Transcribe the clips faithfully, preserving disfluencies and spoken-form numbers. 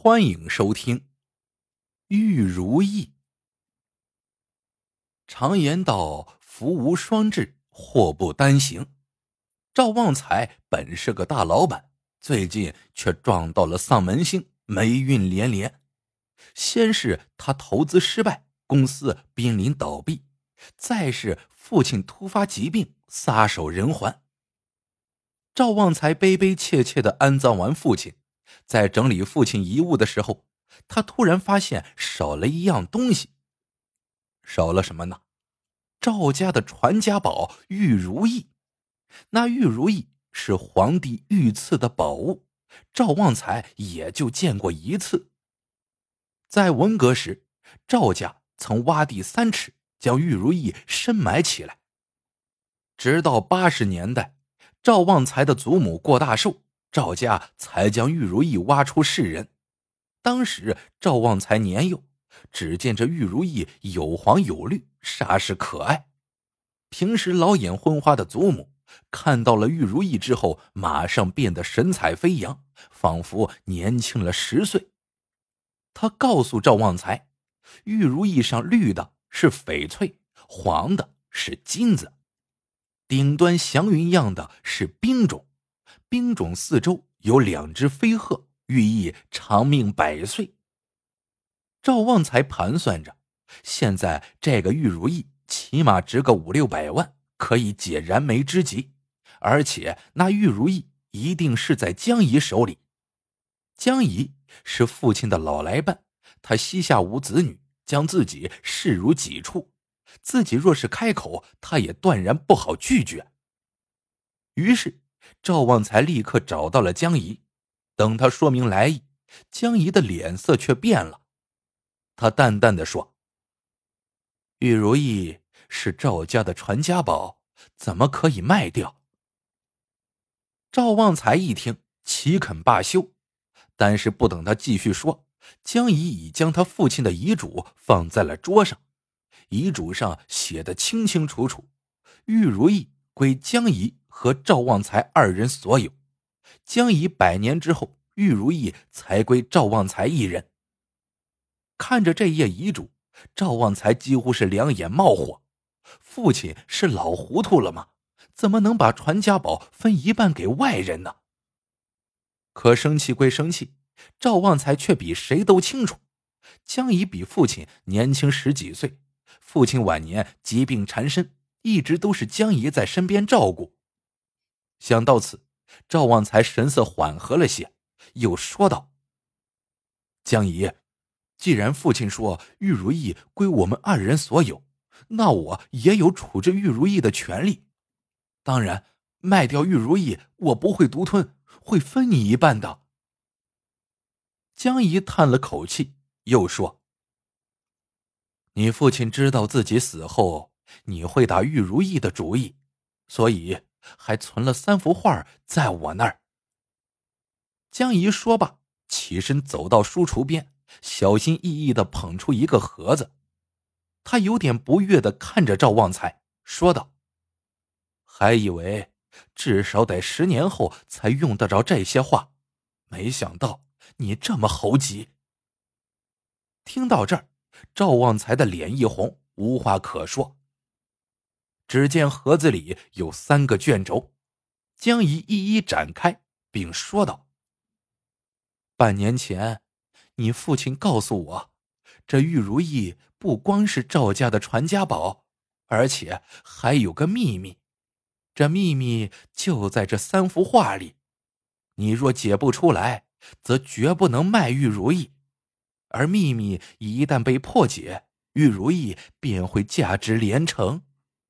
欢迎收听玉如意。常言道，福无双至，祸不单行。赵旺财本是个大老板，最近却撞到了丧门星，霉运连连。先是他投资失败，公司濒临倒闭，再是父亲突发疾病，撒手人寰。赵旺财悲悲切切地安葬完父亲，在整理父亲遗物的时候，他突然发现少了一样东西。少了什么呢？赵家的传家宝玉如意。那玉如意是皇帝御赐的宝物，赵旺财也就见过一次。在文革时，赵家曾挖地三尺，将玉如意深埋起来。直到八十年代，赵旺财的祖母过大寿，赵家才将玉如意挖出世人。当时赵旺财年幼，只见这玉如意有黄有绿，煞是可爱。平时老眼昏花的祖母看到了玉如意之后，马上变得神采飞扬，仿佛年轻了十岁。他告诉赵旺财，玉如意上绿的是翡翠，黄的是金子，顶端祥云样的是冰种，冰种四周有两只飞鹤，寓意长命百岁。赵旺财盘算着，现在这个玉如意起码值个五六百万，可以解燃眉之急，而且那玉如意一定是在江姨手里。江姨是父亲的老来伴，他膝下无子女，将自己视如己出，自己若是开口，他也断然不好拒绝。于是赵旺财立刻找到了江姨，等他说明来意，江姨的脸色却变了。他淡淡地说，玉如意是赵家的传家宝，怎么可以卖掉？赵旺财一听，岂肯罢休？但是不等他继续说，江姨已将他父亲的遗嘱放在了桌上。遗嘱上写得清清楚楚，玉如意归江姨和赵旺财二人所有，江姨百年之后，玉如意才归赵旺财一人。看着这页遗嘱，赵旺财几乎是两眼冒火。父亲是老糊涂了吗？怎么能把传家宝分一半给外人呢？可生气归生气，赵旺财却比谁都清楚，江姨比父亲年轻十几岁，父亲晚年疾病缠身，一直都是江姨在身边照顾。想到此，赵旺财神色缓和了些，又说道，江姨，既然父亲说玉如意归我们二人所有，那我也有处置玉如意的权利。当然，卖掉玉如意我不会独吞，会分你一半的。江姨叹了口气，又说，你父亲知道自己死后你会打玉如意的主意，所以还存了三幅画在我那儿。江姨说罢，起身走到书橱边，小心翼翼地捧出一个盒子。他有点不悦地看着赵旺财，说道，还以为至少得十年后才用得着这些画，没想到你这么猴急。听到这儿，赵旺财的脸一红，无话可说。只见盒子里有三个卷轴，江姨一一展开，并说道，半年前你父亲告诉我，这玉如意不光是赵家的传家宝，而且还有个秘密。这秘密就在这三幅画里，你若解不出来，则绝不能卖玉如意，而秘密一旦被破解，玉如意便会价值连城。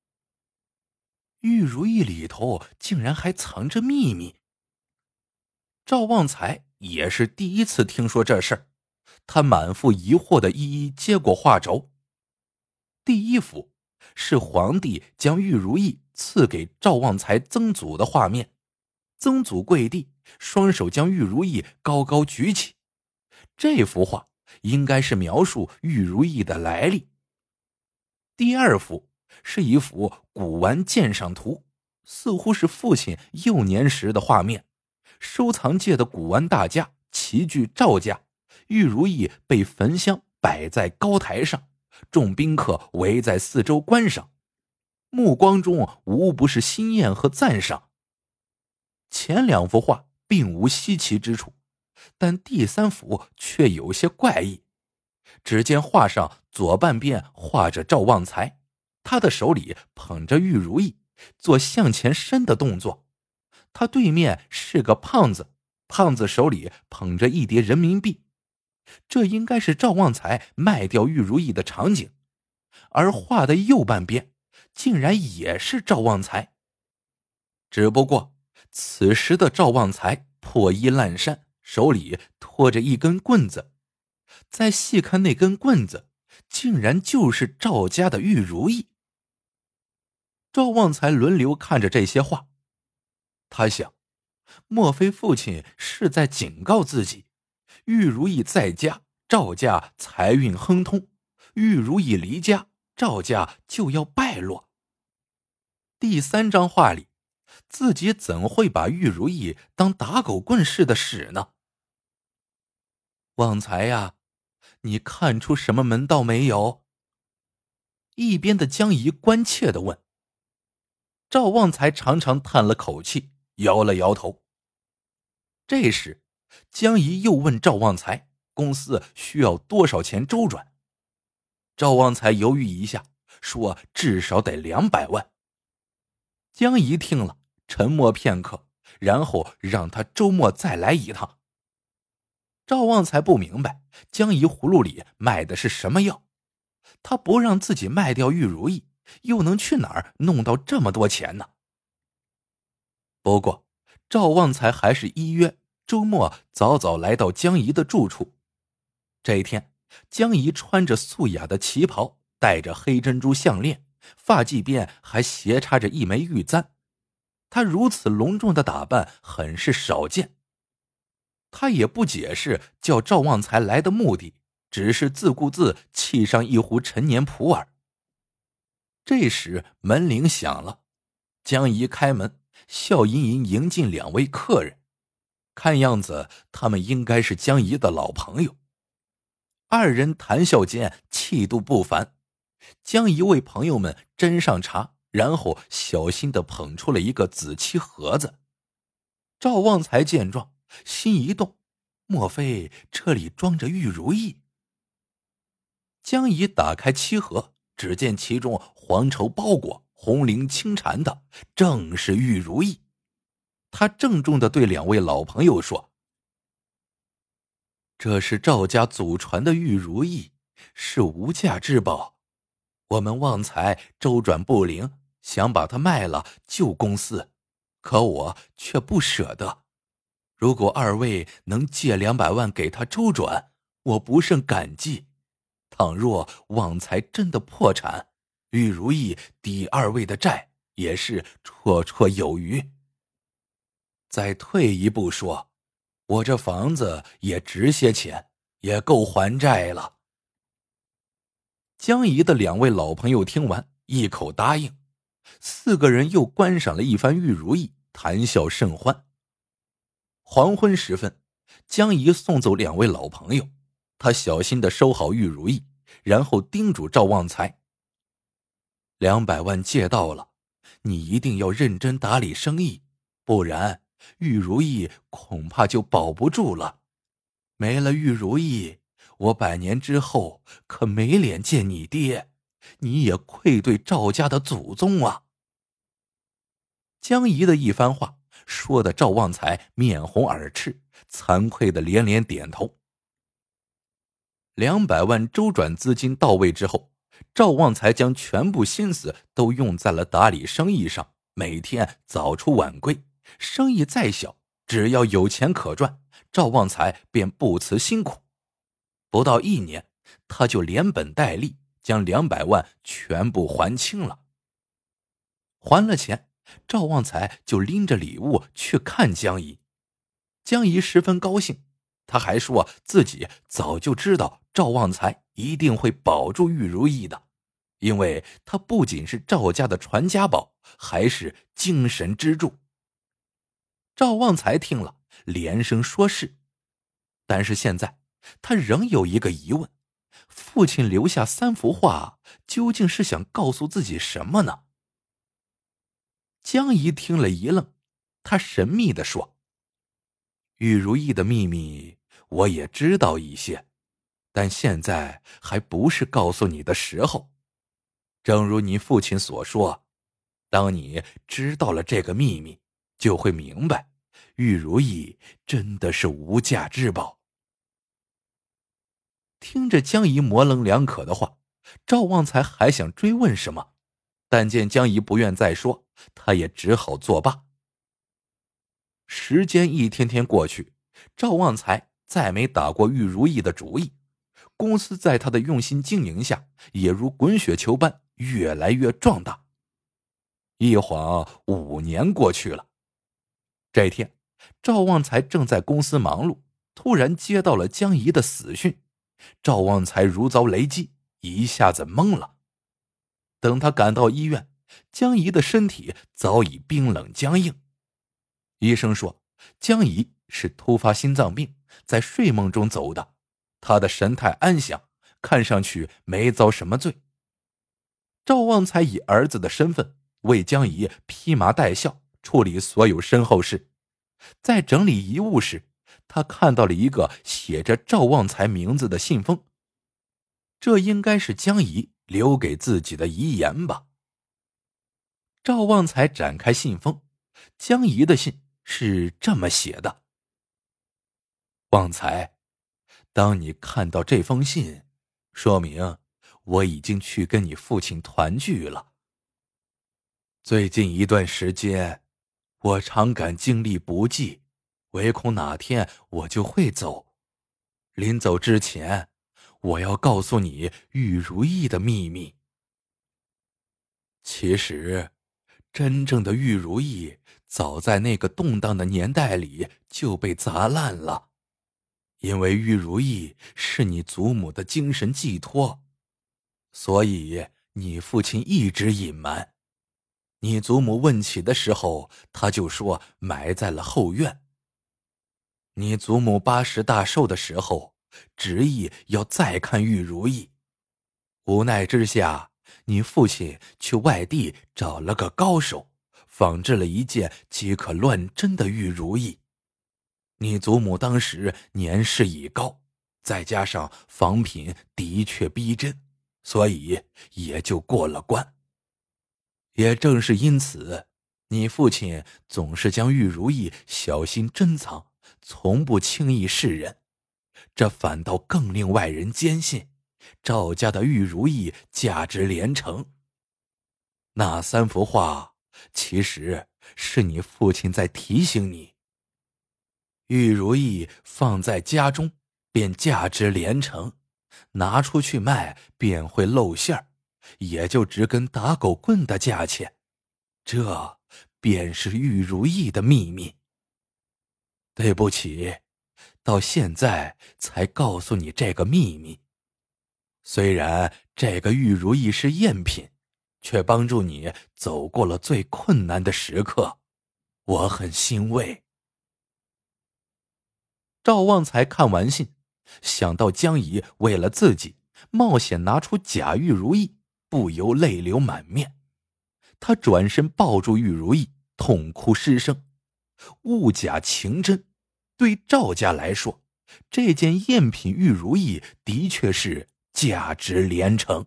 玉如意里头竟然还藏着秘密。赵旺财也是第一次听说这事儿，他满腹疑惑地一一接过画轴。第一幅是皇帝将玉如意赐给赵旺财曾祖的画面，曾祖跪地，双手将玉如意高高举起。这幅画应该是描述玉如意的来历。第二幅是一幅古玩鉴赏图，似乎是父亲幼年时的画面。收藏界的古玩大家齐聚赵家， 玉如意被焚香摆在高台上，众宾客围在四周观赏，目光中无不是欣艳和赞赏。前两幅画并无稀奇之处，但第三幅却有些怪异。只见画上左半边画着赵旺财，他的手里捧着玉如意，做向前伸的动作。他对面是个胖子，胖子手里捧着一叠人民币。这应该是赵旺财卖掉玉如意的场景，而画的右半边竟然也是赵旺财。只不过此时的赵旺财破衣烂衫，手里拖着一根棍子，再细看那根棍子，竟然就是赵家的玉如意。赵旺财轮流看着这些画，他想，莫非父亲是在警告自己，玉如意在家，赵家财运亨通；玉如意离家，赵家就要败落。第三张画里，自己怎会把玉如意当打狗棍似的使呢？旺财呀，你看出什么门道没有？一边的江姨关切地问。赵旺财长长叹了口气，摇了摇头。这时江姨又问赵旺财，公司需要多少钱周转？赵旺财犹豫一下，说至少得两百万。江姨听了，沉默片刻，然后让他周末再来一趟。赵旺财不明白江姨葫芦里卖的是什么药，他不让自己卖掉玉如意，又能去哪儿弄到这么多钱呢？不过赵旺财还是依约周末早早来到江姨的住处。这一天，江姨穿着素雅的旗袍，戴着黑珍珠项链，发髻边还斜插着一枚玉簪。她如此隆重的打扮很是少见。她也不解释叫赵旺财来的目的，只是自顾自沏上一壶陈年普洱。这时门铃响了，江姨开门，笑吟吟迎进两位客人。看样子他们应该是江姨的老朋友。二人谈笑间气度不凡，江姨为朋友们斟上茶，然后小心地捧出了一个紫漆盒子。赵旺财见状，心一动，莫非这里装着玉如意？江姨打开漆盒，只见其中黄绸包裹，红绫轻缠的，正是玉如意。他郑重地对两位老朋友说：“这是赵家祖传的玉如意，是无价之宝。我们旺财周转不灵，想把它卖了救公司，可我却不舍得。如果二位能借两百万给他周转，我不胜感激。倘若旺财真的破产，玉如意抵二位的债也是绰绰有余。再退一步说，我这房子也值些钱，也够还债了。”江姨的两位老朋友听完，一口答应。四个人又观赏了一番玉如意，谈笑甚欢。黄昏时分，江姨送走两位老朋友，她小心地收好玉如意，然后叮嘱赵旺财：“两百万借到了，你一定要认真打理生意，不然玉如意恐怕就保不住了。没了玉如意，我百年之后可没脸见你爹，你也愧对赵家的祖宗啊。”江姨的一番话说的赵旺财面红耳赤，惭愧的连连点头。两百万周转资金到位之后，赵旺财将全部心思都用在了打理生意上，每天早出晚归。生意再小，只要有钱可赚，赵旺财便不辞辛苦。不到一年，他就连本带利将两百万全部还清了。还了钱，赵旺财就拎着礼物去看江姨。江姨十分高兴，他还说自己早就知道赵旺财一定会保住玉如意的，因为他不仅是赵家的传家宝，还是精神支柱。赵旺财听了连声说是，但是现在他仍有一个疑问：父亲留下三幅画，究竟是想告诉自己什么呢？江姨听了一愣，她神秘地说：玉如意的秘密我也知道一些，但现在还不是告诉你的时候。正如你父亲所说，当你知道了这个秘密，就会明白玉如意真的是无价之宝。听着江姨模棱两可的话，赵旺财还想追问什么，但见江姨不愿再说，他也只好作罢。时间一天天过去，赵旺财再没打过玉如意的主意，公司在他的用心经营下，也如滚雪球般越来越壮大。一晃五年过去了。这天，赵旺财正在公司忙碌，突然接到了江姨的死讯。赵旺财如遭雷击，一下子懵了。等他赶到医院，江姨的身体早已冰冷僵硬。医生说，江姨是突发心脏病，在睡梦中走的，她的神态安详，看上去没遭什么罪。赵旺财以儿子的身份为江姨披麻戴孝，处理所有身后事。在整理遗物时，他看到了一个写着赵旺财名字的信封，这应该是江姨留给自己的遗言吧。赵旺财展开信封，江姨的信是这么写的：旺财，当你看到这封信，说明我已经去跟你父亲团聚了。最近一段时间，我常感精力不济，唯恐哪天我就会走。临走之前，我要告诉你玉如意的秘密。其实，真正的玉如意早在那个动荡的年代里就被砸烂了，因为玉如意是你祖母的精神寄托，所以你父亲一直隐瞒。你祖母问起的时候，他就说埋在了后院。你祖母八十大寿的时候，执意要再看玉如意，无奈之下，你父亲去外地找了个高手，仿制了一件即可乱真的玉如意。你祖母当时年事已高，再加上仿品的确逼真，所以也就过了关。也正是因此，你父亲总是将玉如意小心珍藏，从不轻易示人，这反倒更令外人坚信赵家的玉如意价值连城。那三幅画其实是你父亲在提醒你，玉如意放在家中便价值连城，拿出去卖便会露馅儿，也就只跟打狗棍的价钱，这便是玉如意的秘密。对不起，到现在才告诉你这个秘密。虽然这个玉如意是赝品，却帮助你走过了最困难的时刻，我很欣慰。赵旺财看完信，想到江姨为了自己冒险拿出假玉如意，不由泪流满面。他转身抱住玉如意，痛哭失声。物假情真，对赵家来说，这件赝品玉如意的确是价值连城。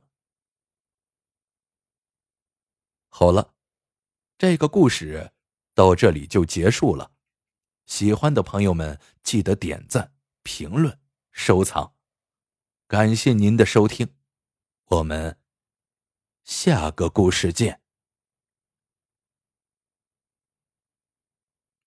好了，这个故事到这里就结束了。喜欢的朋友们记得点赞、评论、收藏。感谢您的收听，我们下个故事见。